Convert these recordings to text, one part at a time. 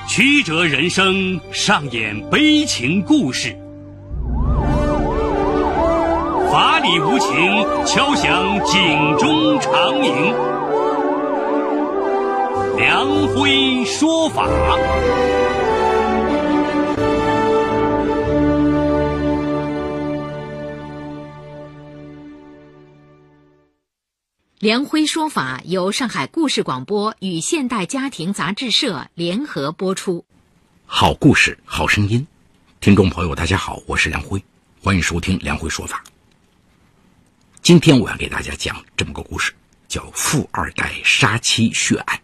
曲折人生上演悲情故事，法理无情敲响警钟长鸣。梁辉说法。 梁辉说法由上海故事广播与现代家庭杂志社联合播出。 好故事，好声音。听众朋友大家好，我是梁辉，欢迎收听梁辉说法。今天我要给大家讲这么个故事，叫富二代杀妻血案。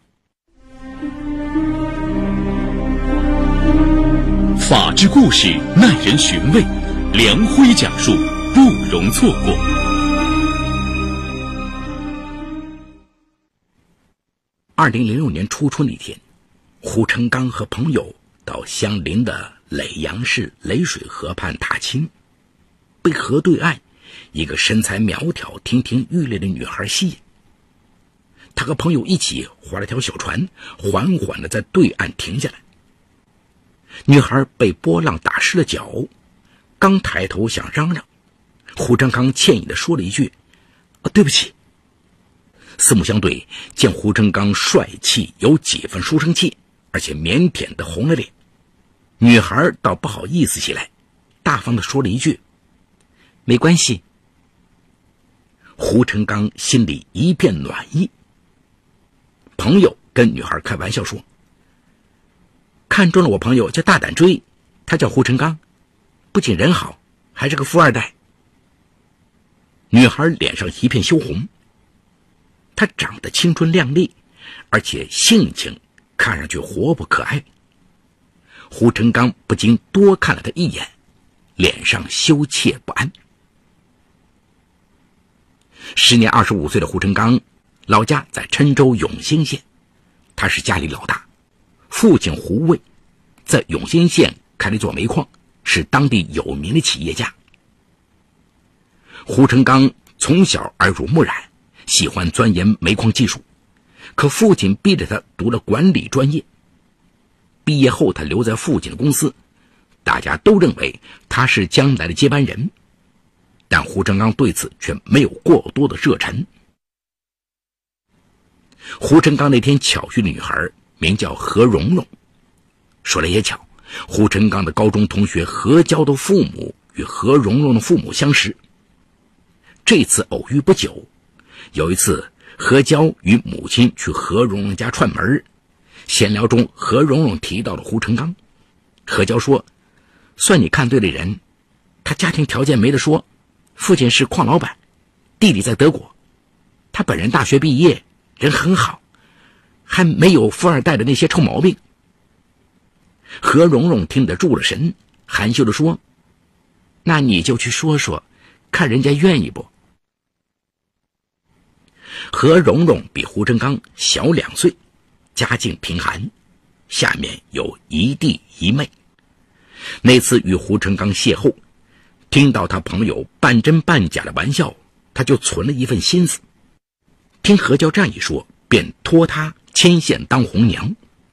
法治故事耐人寻味，梁辉讲述不容错过。 2006年初春那天，胡成刚和朋友到相邻的耒阳市耒水河畔踏青，被河对岸一个身材苗条、亭亭玉立的女孩吸引。他和朋友一起划了条小船，缓缓地在对岸停下来。女孩被波浪打湿了脚，刚抬头想嚷嚷，胡成刚歉意地说了一句：“对不起。”四目相对，见胡成刚帅气，有几分书生气，而且腼腆地红了脸。女孩倒不好意思起来，大方地说了一句：“没关系。”胡成刚心里一片暖意。朋友跟女孩开玩笑说：“看中了我朋友就大胆追，他叫胡成刚，不仅人好，还是个富二代。”女孩脸上一片羞红。她长得青春靓丽，而且性情看上去活泼可爱。胡成刚不禁多看了她一眼，脸上羞怯不安。时年25岁的胡成刚，老家在郴州永兴县，他是家里老大，父亲胡卫在永兴县开了一座煤矿，是当地有名的企业家。胡成刚从小耳濡目染，喜欢钻研煤矿技术，可父亲逼着他读了管理专业。毕业后他留在父亲的公司，大家都认为他是将来的接班人，但胡成刚对此却没有过多的热忱。胡成刚那天巧遇的女孩名叫何蓉蓉，说来也巧，胡成刚的高中同学何娇的父母与何蓉蓉的父母相识。这次偶遇不久，有一次何娇与母亲去何蓉蓉家串门，闲聊中何蓉蓉提到了胡成刚。何娇说：“算你看对了人，他家庭条件没得说，父亲是矿老板，弟弟在德国，他本人大学毕业，人很好，还没有富二代的那些臭毛病。”何蓉蓉听得住了神，含羞地说：“那你就去说说，看人家愿意不？”何蓉蓉比胡成刚小2岁，家境贫寒，下面有一弟一妹。那次与胡成刚邂逅，听到他朋友半真半假的玩笑，他就存了一份心思。听何娇这样一说，便托他牵线当红娘。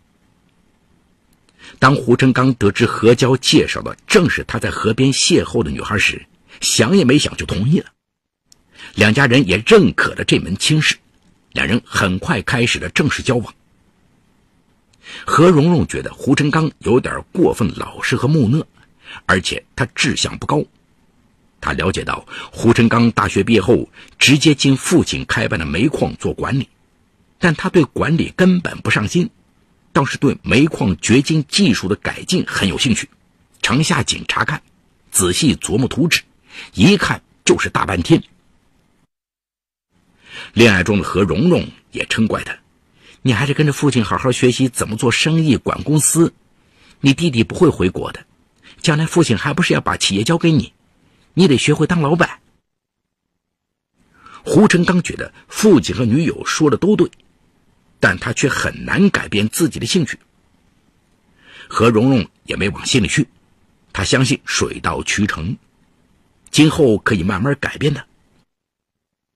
当胡成刚得知何娇介绍的正是他在河边邂逅的女孩时，想也没想就同意了。两家人也认可了这门亲事，两人很快开始了正式交往。何蓉蓉觉得胡成刚有点过分老实和木讷，而且他志向不高。他了解到胡成刚大学毕业后直接进父亲开办的煤矿做管理，但他对管理根本不上心，倒是对煤矿掘金技术的改进很有兴趣，常下井查看，仔细琢磨图纸，一看就是大半天。恋爱中的何蓉蓉也嗔怪他：“你还是跟着父亲好好学习怎么做生意、管公司，你弟弟不会回国的，将来父亲还不是要把企业交给你，你得学会当老板。”胡成刚觉得父亲和女友说的都对，但他却很难改变自己的兴趣。何蓉蓉也没往心里去，他相信水到渠成，今后可以慢慢改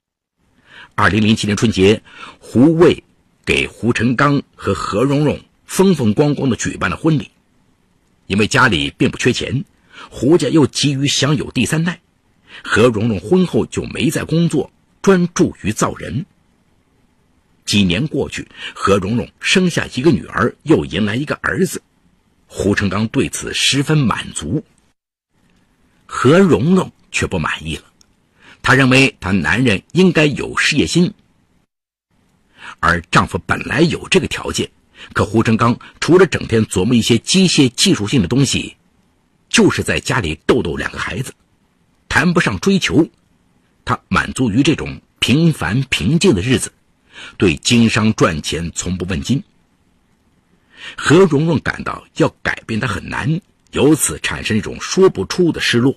变的。2007年春节，胡卫给胡成刚和何蓉蓉风风光光地举办了婚礼。因为家里并不缺钱，胡家又急于享有第三代，何蓉蓉婚后就没再工作，专注于造人。几年过去，何蓉蓉生下一个女儿，又迎来一个儿子，胡成刚对此十分满足。何蓉蓉却不满意了，她认为她男人应该有事业心，而丈夫本来有这个条件，可胡成刚除了整天琢磨一些机械技术性的东西，就是在家里逗逗两个孩子，谈不上追求。他满足于这种平凡平静的日子，对经商赚钱从不问津。何蓉蓉感到要改变他很难，由此产生一种说不出的失落。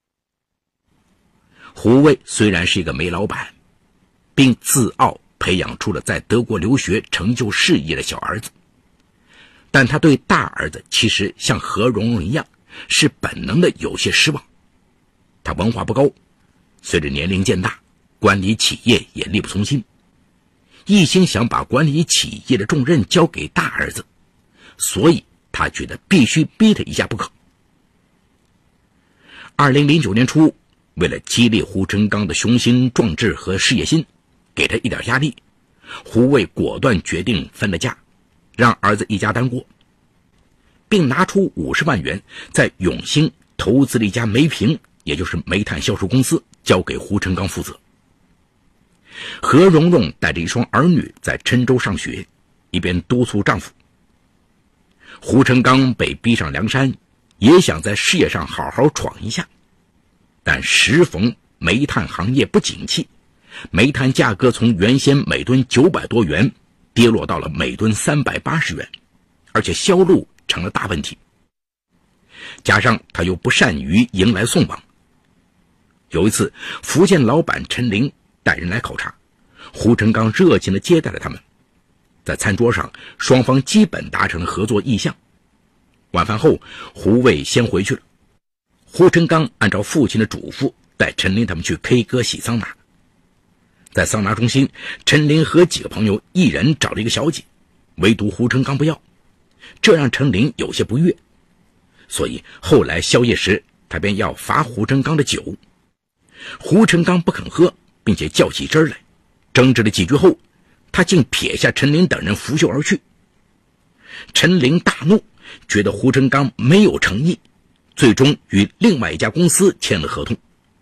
胡卫虽然是一个煤老板，并自傲培养出了在德国留学成就事业的小儿子，但他对大儿子其实像何蓉蓉一样，是本能的有些失望。他文化不高，随着年龄渐大，管理企业也力不从心，一心想把管理企业的重任交给大儿子，所以他觉得必须逼他一下不可。2009年初，为了激励胡成刚的雄心壮志和事业心，给他一点压力，胡卫果断决定分了家，让儿子一家单过，并拿出50万元在永兴投资了一家煤瓶，也就是煤炭销售公司，交给胡成刚负责。何蓉蓉带着一双儿女在郴州上学，一边督促丈夫。胡成刚被逼上梁山，也想在事业上好好闯一下，但时逢煤炭行业不景气，煤炭价格从原先每吨900多元跌落到了每吨380元，而且销路成了大问题。加上他又不善于迎来送往。有一次，福建老板陈林带人来考察，胡成刚热情地接待了他们。在餐桌上，双方基本达成了合作意向。晚饭后，胡卫先回去了。胡成刚按照父亲的嘱咐，带陈林他们去 K 歌洗桑拿。在桑拿中心，陈林和几个朋友一人找了一个小姐，唯独胡成刚不要，这让陈林有些不悦。所以后来宵夜时，他便要罚胡成刚的酒。胡成刚不肯喝，并且较起真来，争执了几句后，他竟撇下陈林等人拂袖而去。陈林大怒，觉得胡成刚没有诚意，最终与另外一家公司签了合同。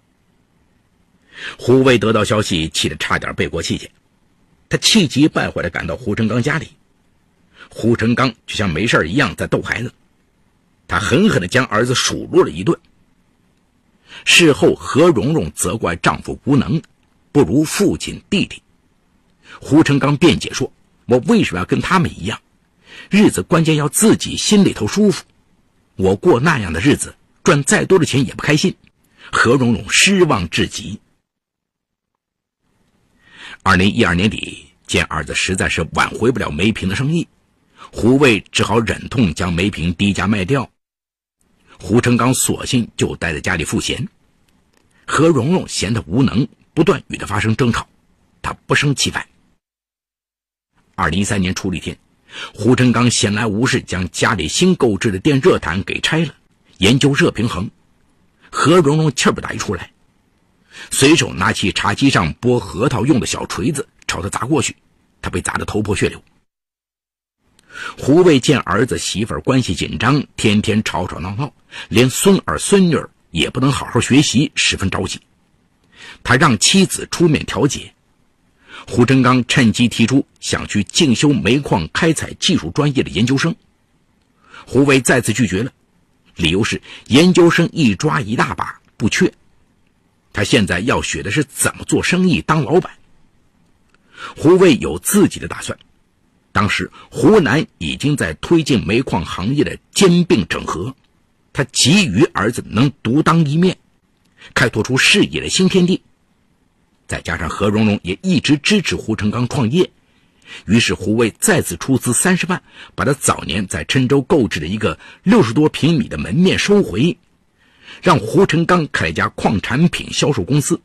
胡卫得到消息，气得差点背过气去，他气急败坏地赶到胡成刚家里。胡成刚就像没事一样在逗孩子，他狠狠地将儿子数落了一顿。事后，何蓉蓉责怪丈夫无能，不如父亲弟弟。胡成刚辩解说，我为什么要跟他们一样，日子关键要自己心里头舒服，我过那样的日子，赚再多的钱也不开心。何蓉蓉失望至极。2012年底，见儿子实在是挽回不了煤瓶的生意，胡卫只好忍痛将煤瓶低价卖掉。胡成刚索性就待在家里赋闲。何蓉蓉嫌他无能，不断与他发生争吵，他不胜其烦。2013年初的一天，胡成刚闲来无事，将家里新购置的电热毯给拆了，研究热平衡。何蓉蓉气儿不打一处来，随手拿起茶几上剥核桃用的小锤子朝他砸过去，他被砸得头破血流。胡卫见儿子媳妇儿关系紧张，天天吵吵闹闹，连孙儿孙女儿也不能好好学习，十分着急。他让妻子出面调解。胡成刚趁机提出想去进修煤矿开采技术专业的研究生，胡卫再次拒绝了，理由是研究生一抓一大把，不缺。他现在要学的是怎么做生意，当老板。胡卫有自己的打算。当时湖南已经在推进煤矿行业的兼并整合，他急于儿子能独当一面，开拓出事业的新天地。再加上何蓉蓉也一直支持胡成刚创业，于是胡卫再次出资30万，把他早年在郴州购置的一个60多平米的门面收回，让胡成刚开一家矿产品销售公司。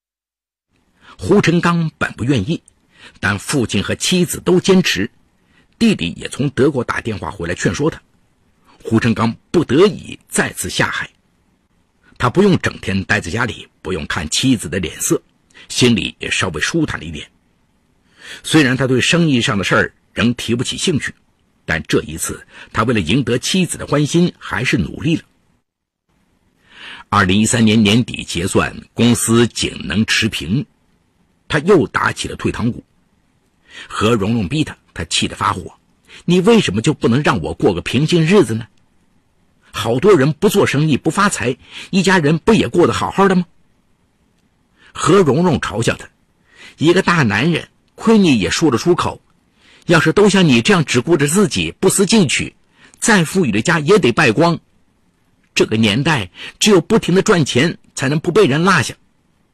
胡成刚本不愿意，但父亲和妻子都坚持， 弟弟也从德国打电话回来劝说他，胡成刚不得已再次下海。他不用整天待在家里，不用看妻子的脸色，心里也稍微舒坦了一点。虽然他对生意上的事儿仍提不起兴趣，但这一次他为了赢得妻子的欢心，还是努力了。2013年年底结算，公司仅能持平，他又打起了退堂鼓。何蓉蓉逼他，他气得发火，你为什么就不能让我过个平静日子呢？好多人不做生意不发财，一家人不也过得好好的吗？何蓉蓉嘲笑他，一个大男人亏你也说得出口，要是都像你这样只顾着自己不思进取，再富裕的家也得败光。这个年代只有不停地赚钱才能不被人落下。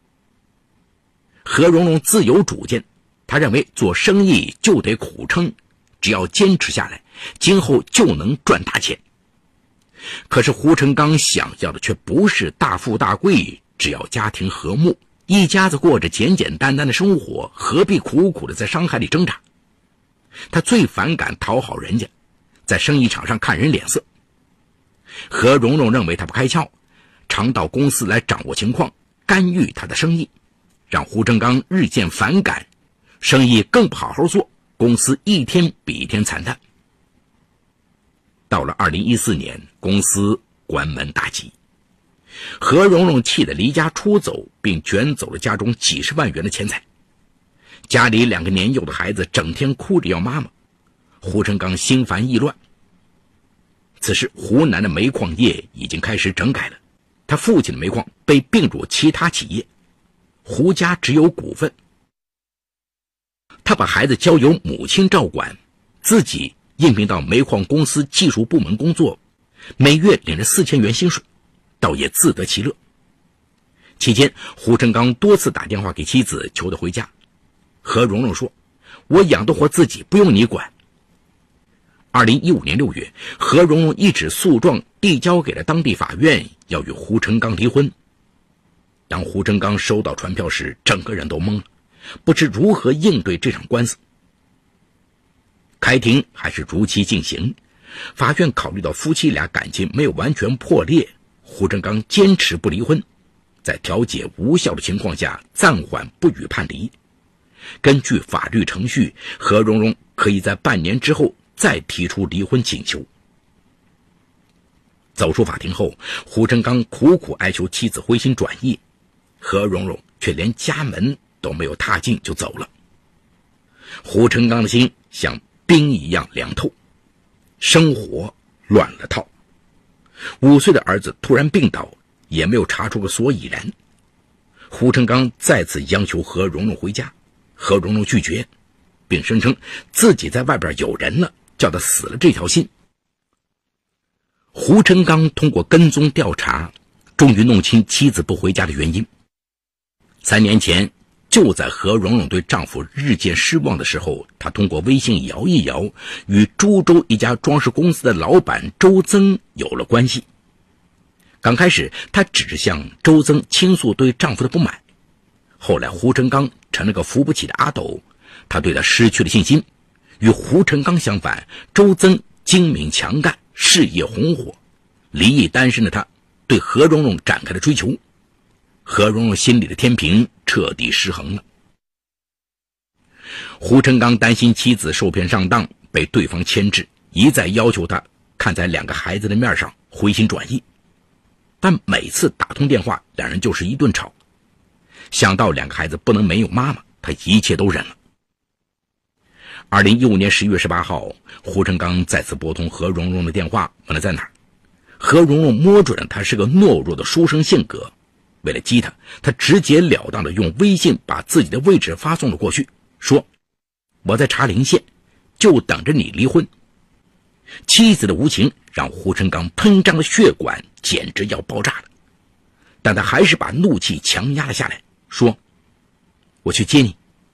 何蓉蓉自有主见，她认为做生意就得苦撑，只要坚持下来，今后就能赚大钱。可是胡成刚想要的却不是大富大贵，只要家庭和睦，一家子过着简简单单的生活，何必苦苦的在商海里挣扎？他最反感讨好人家，在生意场上看人脸色。何蓉蓉认为他不开窍，常到公司来掌握情况，干预他的生意，让胡成刚日渐反感，生意更不好好做，公司一天比一天惨淡。到了2014年，公司关门大吉，何蓉蓉气得离家出走，并卷走了家中几十万元的钱财。家里2个年幼的孩子整天哭着要妈妈，胡成刚心烦意乱。此时湖南的煤矿业已经开始整改了，他父亲的煤矿被并入其他企业，胡家只有股份。他把孩子交由母亲照管，自己应聘到煤矿公司技术部门工作，每月领着4000元薪水，倒也自得其乐。期间胡成刚多次打电话给妻子求他回家，何蓉蓉说，我养得活自己，不用你管。2015年6月，何蓉蓉一纸诉状递交给了当地法院，要与胡成刚离婚。当胡成刚收到传票时，整个人都懵了，不知如何应对这场官司。开庭还是如期进行，法院考虑到夫妻俩感情没有完全破裂，胡成刚坚持不离婚，在调解无效的情况下暂缓不予判离。根据法律程序，何蓉蓉可以在半年之后再提出离婚请求。走出法庭后，胡成刚苦苦哀求妻子回心转意，何蓉蓉却连家门都没有踏进就走了。胡成刚的心像冰一样凉透，生活乱了套。5岁的儿子突然病倒，也没有查出个所以然。胡成刚再次央求何蓉蓉回家，何蓉蓉拒绝，并声称自己在外边有人了，叫他死了这条心。胡成刚通过跟踪调查，终于弄清妻子不回家的原因。3年前，就在何蓉蓉对丈夫日渐失望的时候，她通过微信摇一摇，与株洲一家装饰公司的老板周增有了关系。刚开始，她只是向周增倾诉对丈夫的不满，后来胡成刚成了个扶不起的阿斗，她对他失去了信心。与胡成刚相反，周增精明强干，事业红火，离异单身的他对何蓉蓉展开了追求。何蓉蓉心里的天平彻底失衡了。胡成刚担心妻子受骗上当，被对方牵制，一再要求他看在2个孩子的面上回心转意。但每次打通电话，两人就是一顿吵。想到2个孩子不能没有妈妈，他一切都忍了。2015年11月18号，胡成刚再次拨通何蓉蓉的电话，问他在哪儿。何蓉蓉摸准了他是个懦弱的书生性格，为了激他，他直截了当地用微信把自己的位置发送了过去，说我在茶陵县，就等着你离婚。妻子的无情让胡成刚喷张的血管简直要爆炸了，但他还是把怒气强压了下来，说我去接你。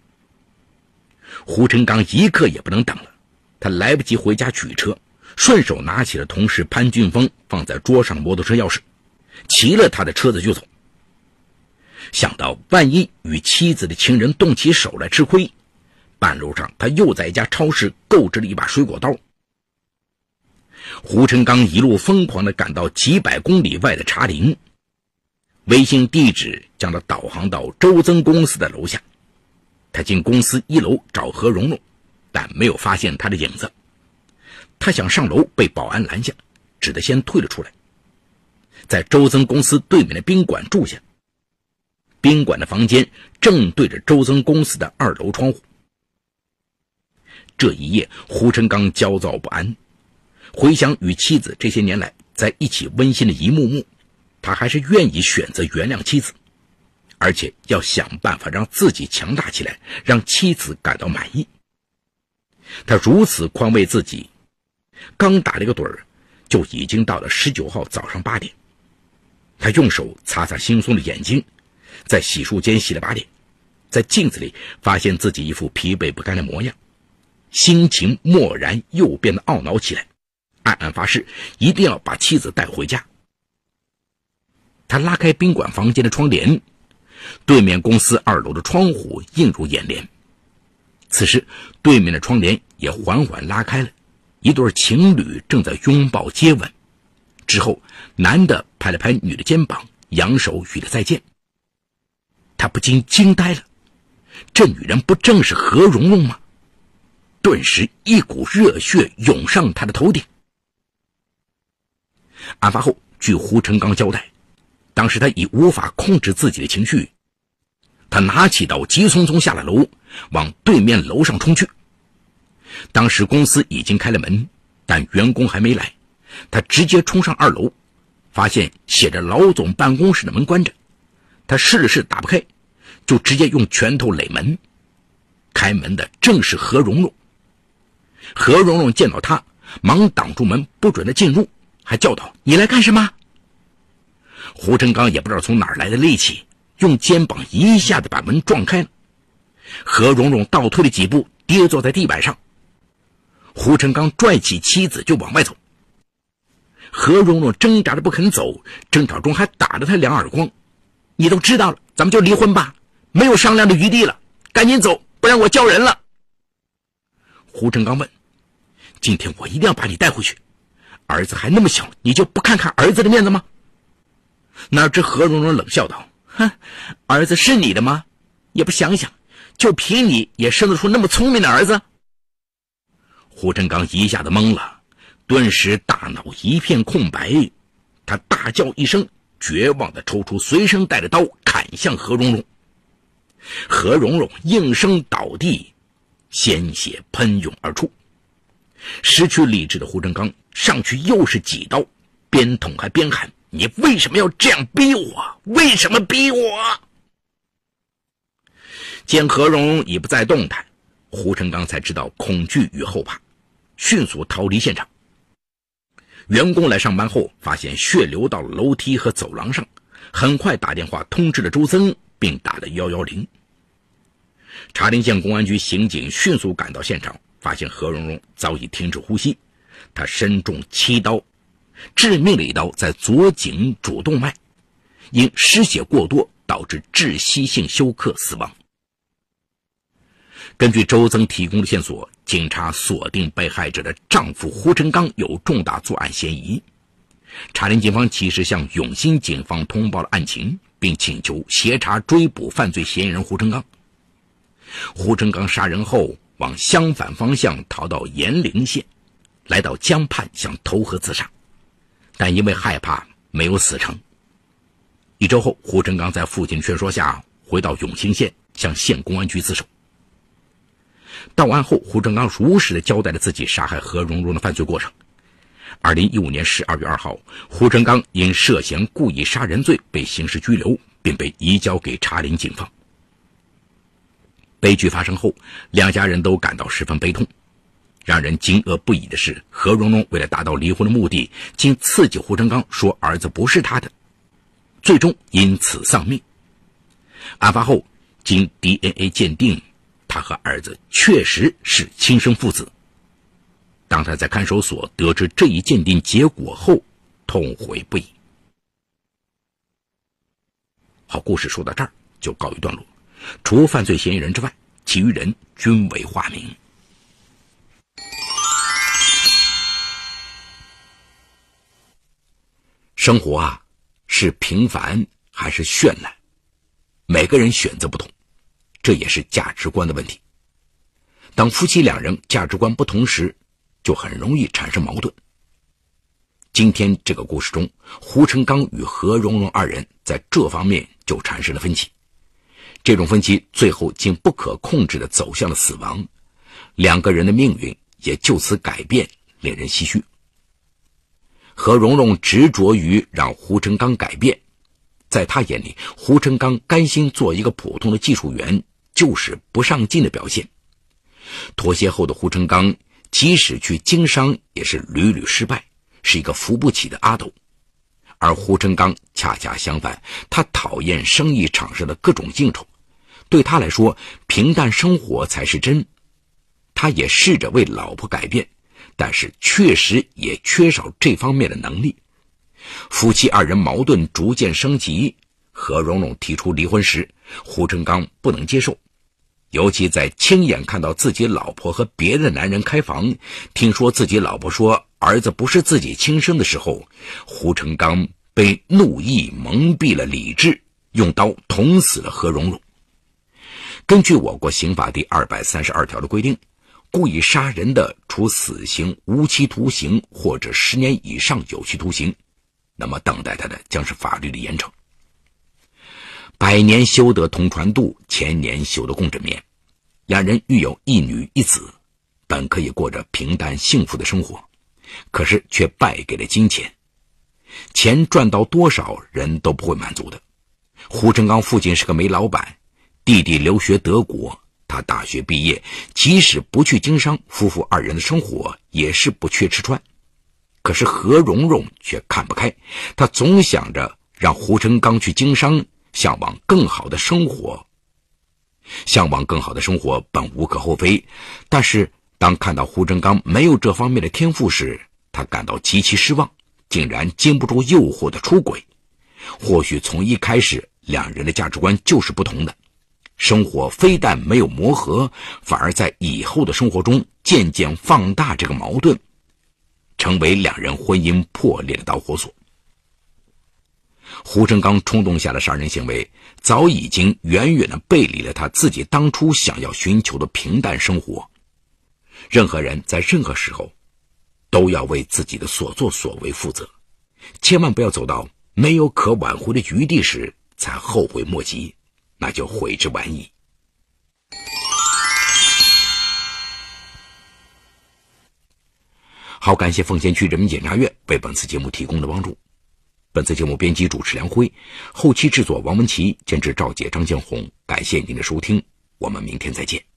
胡成刚一刻也不能等了，他来不及回家取车，顺手拿起了同事潘俊峰放在桌上的摩托车钥匙，骑了他的车子就走。想到万一与妻子的情人动起手来吃亏， 半路上，他又在一家超市购置了一把水果刀。胡成刚一路疯狂地赶到几百公里外的茶陵，微信地址将他导航到周增公司的楼下。他进公司1楼找何蓉蓉，但没有发现他的影子。他想上楼，被保安拦下，只得先退了出来，在周增公司对面的宾馆住下。宾馆的房间正对着周增公司的2楼窗户。这一夜，胡成刚焦躁不安，回想与妻子这些年来在一起温馨的一幕幕，他还是愿意选择原谅妻子，而且要想办法让自己强大起来，让妻子感到满意。他如此宽慰自己，刚打了一个盹儿，就已经到了19号早上8点。他用手擦擦惺忪的眼睛，在洗漱间洗了把脸，在镜子里发现自己一副疲惫不堪的模样，心情蓦然又变得懊恼起来，暗暗发誓一定要把妻子带回家。他拉开宾馆房间的窗帘，对面公司2楼的窗户映入眼帘。此时对面的窗帘也缓缓拉开了，一对情侣正在拥抱接吻。之后男的拍了拍女的肩膀，扬手与她再见。他不禁惊呆了，这女人不正是何蓉蓉吗？顿时一股热血涌上他的头顶。案发后，据胡成刚交代，当时他已无法控制自己的情绪，他拿起刀急匆匆下了楼，往对面楼上冲去。当时公司已经开了门，但员工还没来，他直接冲上2楼，发现写着老总办公室的门关着，他试了试打不开，就直接用拳头垒门。开门的正是何蓉蓉。何蓉蓉见到他，忙挡住门，不准他进入，还叫道：“你来干什么？”胡成刚也不知道从哪儿来的力气，用肩膀一下子把门撞开了。何蓉蓉倒退了几步，跌坐在地板上。胡成刚拽起妻子就往外走。何蓉蓉挣扎着不肯走，争吵中还打了他2耳光。“你都知道了，咱们就离婚吧，没有商量的余地了，赶紧走，不然我叫人了。”胡成刚问：“今天我一定要把你带回去，儿子还那么小，你就不看看儿子的面子吗？”哪知何蓉蓉冷笑道：“哼，儿子是你的吗？也不想想，就凭你也生得出那么聪明的儿子？”胡成刚一下子懵了，顿时大脑一片空白，他大叫一声，绝望地抽出随身带的刀，砍向何蓉蓉。何蓉蓉应声倒地，鲜血喷涌而出。失去理智的胡成刚上去又是几刀，边捅还边喊：“你为什么要这样逼我？为什么逼我？”见何蓉蓉已不再动弹，胡成刚才知道恐惧与后怕，迅速逃离现场。员工来上班后，发现血流到了楼梯和走廊上，很快打电话通知了周增，并打了110。茶陵县公安局刑警迅速赶到现场，发现何蓉蓉早已停止呼吸，她身中7刀，致命的一刀在左颈主动脉，因失血过多导致窒息性休克死亡。根据周增提供的线索，警察锁定被害者的丈夫胡成刚有重大作案嫌疑。茶陵警方及时向永新警方通报了案情，并请求协查追捕犯罪嫌疑人胡成刚。胡成刚杀人后往相反方向逃到延陵县，来到江畔想投河自杀，但因为害怕没有死成。1周后，胡成刚在父亲劝说下回到永兴县，向县公安局自首。到案后，胡成刚如实地交代了自己杀害何蓉蓉的犯罪过程。2015年12月2号，胡成刚因涉嫌故意杀人罪被刑事拘留，并被移交给茶陵警方。悲剧发生后，两家人都感到十分悲痛。让人惊愕不已的是，何蓉蓉为了达到离婚的目的，竟刺激胡成刚说儿子不是他的，最终因此丧命。案发后，经 DNA 鉴定，他和儿子确实是亲生父子。当他在看守所得知这一鉴定结果后，痛悔不已。好，故事说到这儿就告一段落。除犯罪嫌疑人之外， 其余人均为化名。生活啊，是平凡还是绚烂？每个人选择不同，这也是价值观的问题。当夫妻两人价值观不同时，就很容易产生矛盾。今天这个故事中，胡成刚与何荣荣二人在这方面就产生了分歧。这种分歧最后竟不可控制地走向了死亡，两个人的命运也就此改变，令人唏嘘。何荣荣执着于让胡成刚改变，在他眼里，胡成刚甘心做一个普通的技术员，就是不上进的表现。妥协后的胡成刚即使去经商也是屡屡失败，是一个扶不起的阿斗。而胡成刚恰恰相反，他讨厌生意场上的各种应酬，对他来说，平淡生活才是真。他也试着为老婆改变，但是确实也缺少这方面的能力。夫妻二人矛盾逐渐升级，何荣荣提出离婚时，胡成刚不能接受。尤其在亲眼看到自己老婆和别的男人开房，听说自己老婆说儿子不是自己亲生的时候，胡成刚被怒意蒙蔽了理智，用刀捅死了何荣荣。根据我国刑法第232条的规定，故意杀人的处死刑、无期徒刑或者10年以上有期徒刑，那么等待他的将是法律的严惩。百年修得同船渡，千年修得共枕眠。两人育有一女一子，本可以过着平淡幸福的生活，可是却败给了金钱。钱赚到多少人都不会满足的。胡成刚父亲是个煤老板，弟弟留学德国，他大学毕业，即使不去经商，夫妇二人的生活也是不缺吃穿。可是何荣荣却看不开，他总想着让胡成刚去经商，向往更好的生活。向往更好的生活本无可厚非，但是当看到胡成刚没有这方面的天赋时，他感到极其失望，竟然经不住诱惑的出轨。或许从一开始两人的价值观就是不同的，生活非但没有磨合，反而在以后的生活中渐渐放大这个矛盾，成为两人婚姻破裂的导火索。胡成刚冲动下的杀人行为，早已经远远地背离了他自己当初想要寻求的平淡生活。任何人在任何时候都要为自己的所作所为负责，千万不要走到没有可挽回的余地时才后悔莫及，那就悔之晚矣。好，感谢奉贤区人民检察院为本次节目提供的帮助。本次节目编辑主持梁辉，后期制作王文琪，监制赵姐、张建红。感谢您的收听，我们明天再见。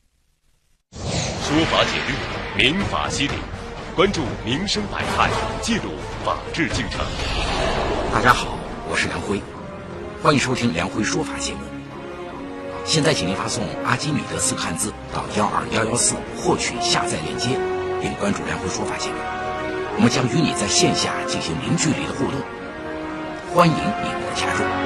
说法解律，民法析理，关注民生百态，记录法治进程。 大家好，我是梁辉，欢迎收听梁辉说法节目。现在请您发送阿基米德4个汉字到12114获取下载链接，并关注梁辉说法节目。我们将与你在线下进行零距离的互动，欢迎你们的加入。